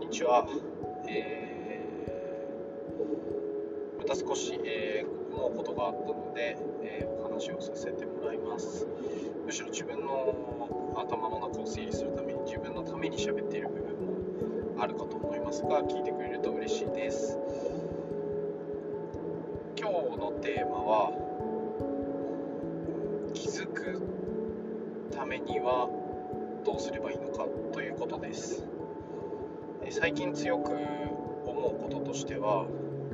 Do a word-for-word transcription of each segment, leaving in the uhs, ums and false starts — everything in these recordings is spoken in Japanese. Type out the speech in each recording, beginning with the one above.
にちは。えー、また少し、えー、思うことがあったので、えー、お話をさせてもらいます。むしろ自分の頭の中を整理するために自分のために喋っている部分もあるかと思いますが、聞いてくれると嬉しいです。今日のテーマは、気づくためにはどうすればいいのかということです。最近強く思うこととしては、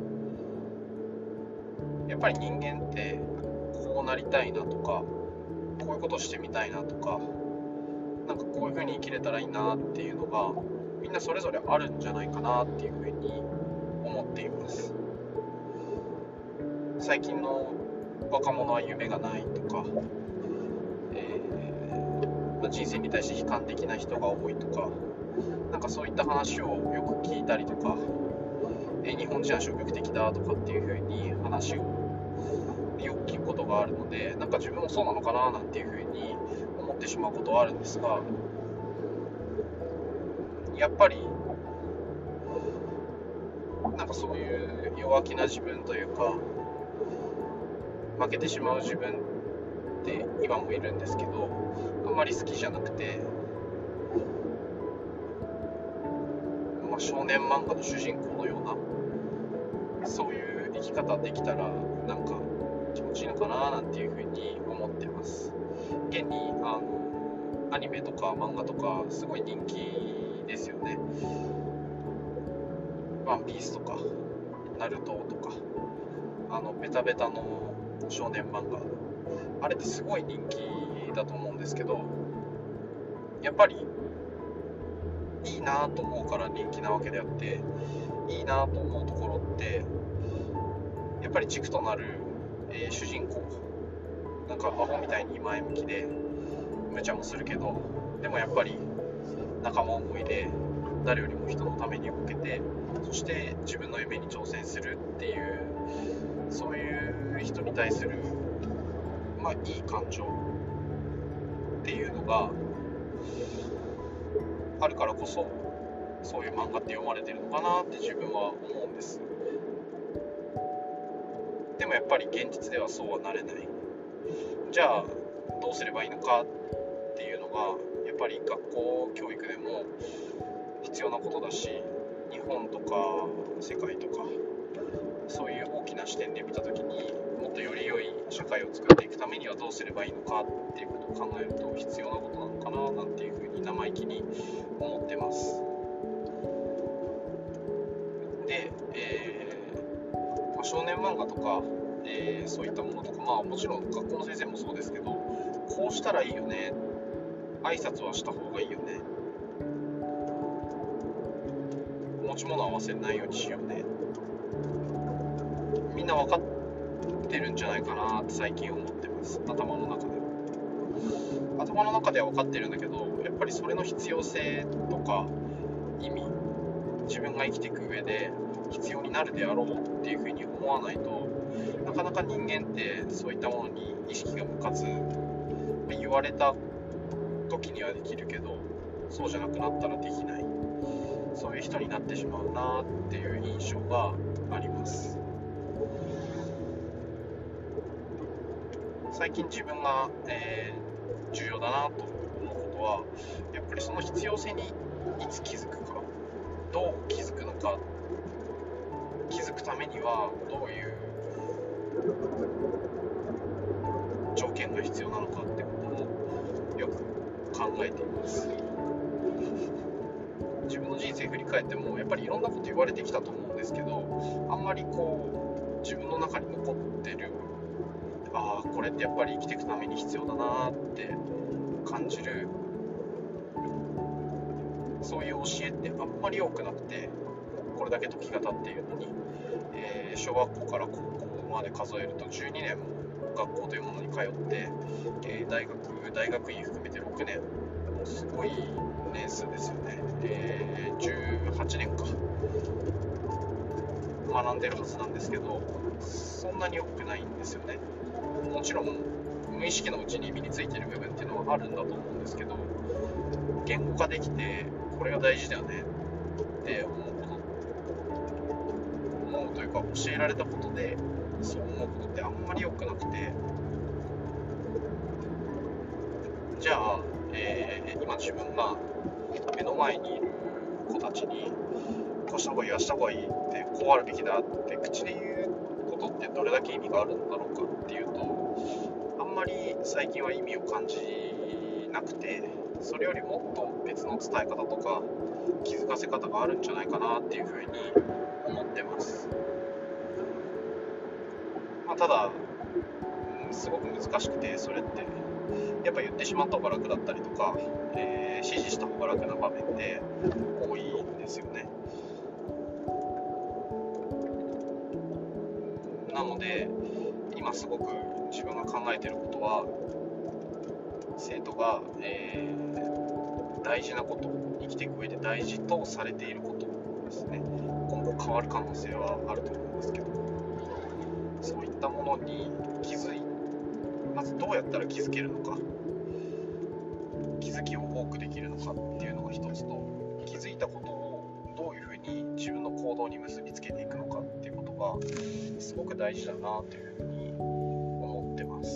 やっぱり人間ってこうなりたいなとか、こういうことしてみたいなとか、なんかこういう風に生きれたらいいなっていうのがみんなそれぞれあるんじゃないかなっていう風に思っています。最近の若者は夢がないとか、えー、人生に対して悲観的な人が多いとか、なんかそういった話をよく聞いたりとか、え日本人は消極的だとかっていう風に話をよく聞くことがあるので、なんか自分もそうなのかななんていう風に思ってしまうことはあるんですが、やっぱりなんかそういう弱気な自分というか、負けてしまう自分って今もいるんですけど、あんまり好きじゃなくて、まあ、少年漫画の主人公のようなそういう生き方できたらなんか気持ちいいのかななんていうふうに思ってます。現にあのアニメとか漫画とかすごい人気ですよね。ワンピースとかナルトとか、あのベタベタの少年漫画、あれってすごい人気だと思うんですけど、やっぱりいいなと思うから人気なわけであって、いいなと思うところってやっぱり軸となる、えー、主人公、なんかアホみたいに前向きで無茶もするけど、でもやっぱり仲間思いで誰よりも人のために動けて、そして自分の夢に挑戦するっていう、そういう人に対するまあいい感情っていうのがあるからこそ、そういう漫画って読まれてるのかなって自分は思うんです。でもやっぱり現実ではそうはなれない。じゃあどうすればいいのかっていうのがやっぱり学校教育でも必要なことだし、日本とか世界とかそういう大きな視点で見たときに、もっとより良い社会を作っていくためにはどうすればいいのかっていうことを考えると必要なことなのかななんていうふうに生意気に思ってます。で、えーまあ、少年漫画とか、えー、そういったものとか、まあもちろん学校の先生もそうですけど、こうしたらいいよね、挨拶はした方がいいよね、持ち物合わせないようにしようね、みんな分かってるんじゃないかなって最近思ってます。頭の中で頭の中では分かってるんだけど、やっぱりそれの必要性とか意味、自分が生きていく上で必要になるであろうっていうふうに思わないと、なかなか人間ってそういったものに意識が向かず、言われた時にはできるけどそうじゃなくなったらできない、そういう人になってしまうなっていう印象があります。最近自分が、えー、重要だなと思うことは、やっぱりその必要性にいつ気づくか、どう気づくのか、気づくためにはどういう条件が必要なのかってことをよく考えています。自分の人生振り返ってもやっぱりいろんなこと言われてきたと思うんですけど、あんまりこう自分の中に残ってる、ああこれってやっぱり生きていくために必要だなって感じる、そういう教えってあんまり多くなくて、これだけ時が経っているのに、えー、小学校から高校まで数えるとじゅうにねんも学校というものに通って、えー、大学大学院含めてろくねん、もうすごい年数ですよね。えー、じゅうはちねんか学んでるはずなんですけど、そんなに多くないんですよね。もちろん無意識のうちに身についている部分っていうのはあるんだと思うんですけど、言語化できてこれが大事だよね、 って思うこと思うというか、教えられたことでそう思うことってあんまり良くなくて、じゃあ、えー今自分が目の前にいる子たちにこうした方がいい、ああした方がいいって、こうあるべきだって口で言うことってどれだけ意味があるんだろうかっていうと、あんまり最近は意味を感じなくて、それよりもっと別の伝え方とか気づかせ方があるんじゃないかなっていうふうに思ってます。まあ、ただ、うん、すごく難しくて、それってやっぱ言ってしまった方が楽だったりとか、えー指示した方が楽な場面って多いんですよね。なので今すごく自分が考えていることは、生徒が、えー大事なこと、生きていく上で大事とされていることですね。今後変わる可能性はあると思うんですけど、そういったものに気づいまずどうやったら気づけるのか、気づきを多くできるのかっていうのが一つと、気づいたことをどういうふうに自分の行動に結びつけていくのかっていうことがすごく大事だなというふうに思ってます。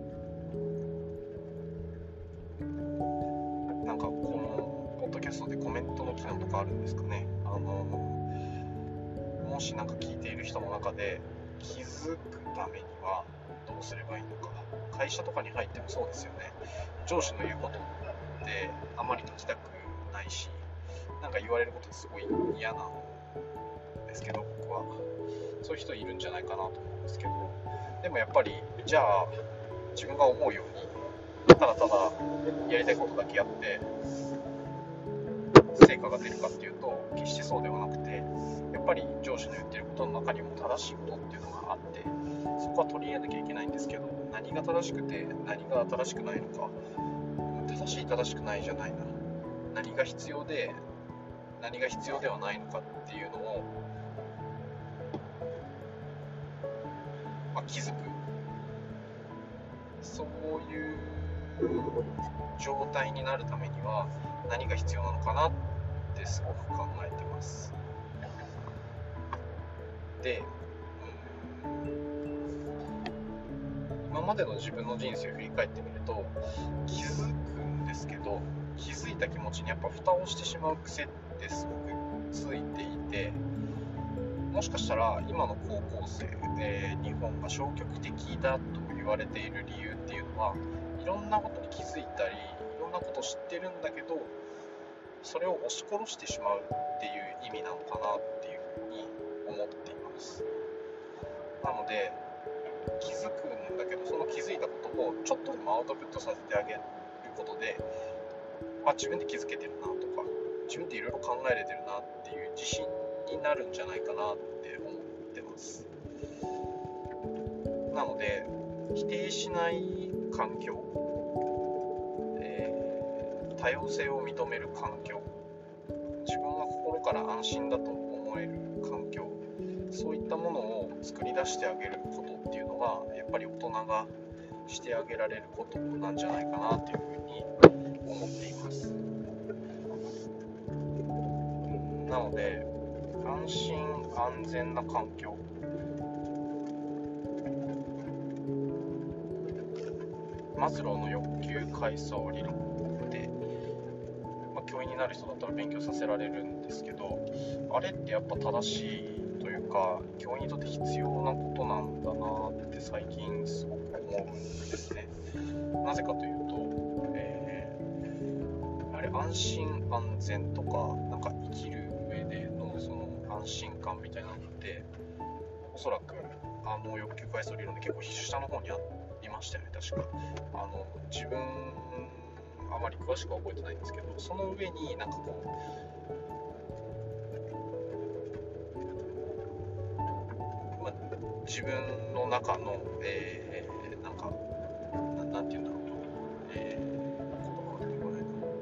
なんかこのポッドキャストでコメントの機能とかあるんですかね。あのもしなんか聞いている人の中で気づくためにはどうすればいいのか、会社とかに入ってもそうですよね。上司の言うことってあまり聞きたくないし、なんか言われることすごい嫌なんですけど、僕はそういう人いるんじゃないかなと思うんですけど、でもやっぱりじゃあ自分が思うようにただただやりたいことだけやって成果が出るかっていうと決してそうではなくて、やっぱり上司の言ってることの中にも正しいことっていうのがあって、そこは取り入れなきゃいけないんですけど、何が正しくて何が正しくないのか、正しい正しくないじゃないな、何が必要で何が必要ではないのかっていうのを、まあ、気づく、そういう状態になるためには何が必要なのかなってすごく考えてます。で、うん、今までの自分の人生を振り返ってみると気づくんですけど、気づいた気持ちにやっぱ蓋をしてしまう癖ってすごくついていて、もしかしたら今の高校生で日本が消極的だと言われている理由っていうのは、いろんなことに気づいたりいろんなことを知ってるんだけど、それを押し殺してしまうっていう意味なのかなっていうふうに思っています。なので気づくんだけど、その気づいたことをちょっとでもアウトプットさせてあげることで、あ、自分で気づけてるなとか、自分でいろいろ考えれてるなっていう自信になるんじゃないかなって思ってます。なので否定しない環境、えー、多様性を認める環境、自分が心から安心だと思える環境、そういったものを作り出してあげることっていうのがやっぱり大人がしてあげられることなんじゃないかなっていうふうに思っています。なので安心安全な環境、マズローの欲求階層理論で、まあ、教員になる人だったら勉強させられるんですけど、あれってやっぱ正しいというか教員にとって必要なことなんだなって最近すごく思うんですね。なぜかというと、えー、あれ安心安全とか、なんか生きる上でのその安心感みたいなのっておそらくあの欲求階層理論で結構下の方にありましたよね、確か。あの自分あまり詳しくは覚えてないんですけど、その上になんかこう、まあ、自分の中の、えー、なんか な, なんていうんだろう、えー、言葉が出てこない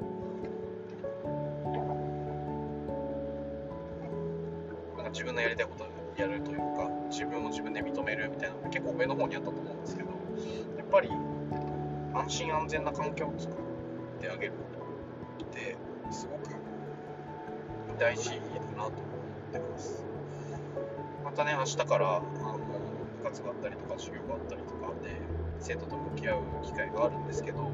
な。なんか自分のやりたいことをやるというか、自分を自分で認めるみたいなのが結構上の方にあったと思うんですけど、やっぱり安心安全な環境を作ってあげることってすごく大事だなと思ってます。またね、明日からあの部活があったりとか授業があったりとかで生徒と向き合う機会があるんですけど、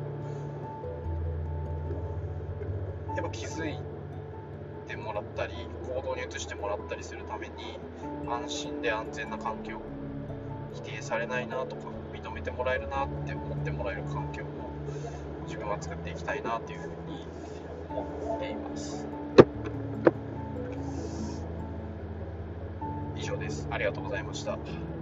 やっぱ気づいてもらったり行動に移してもらったりするために、安心で安全な環境、否定されないなとか認めてもらえるなって思ってもらえる環境を自分は作っていきたいなっていうふうに思っています。以上です。ありがとうございました。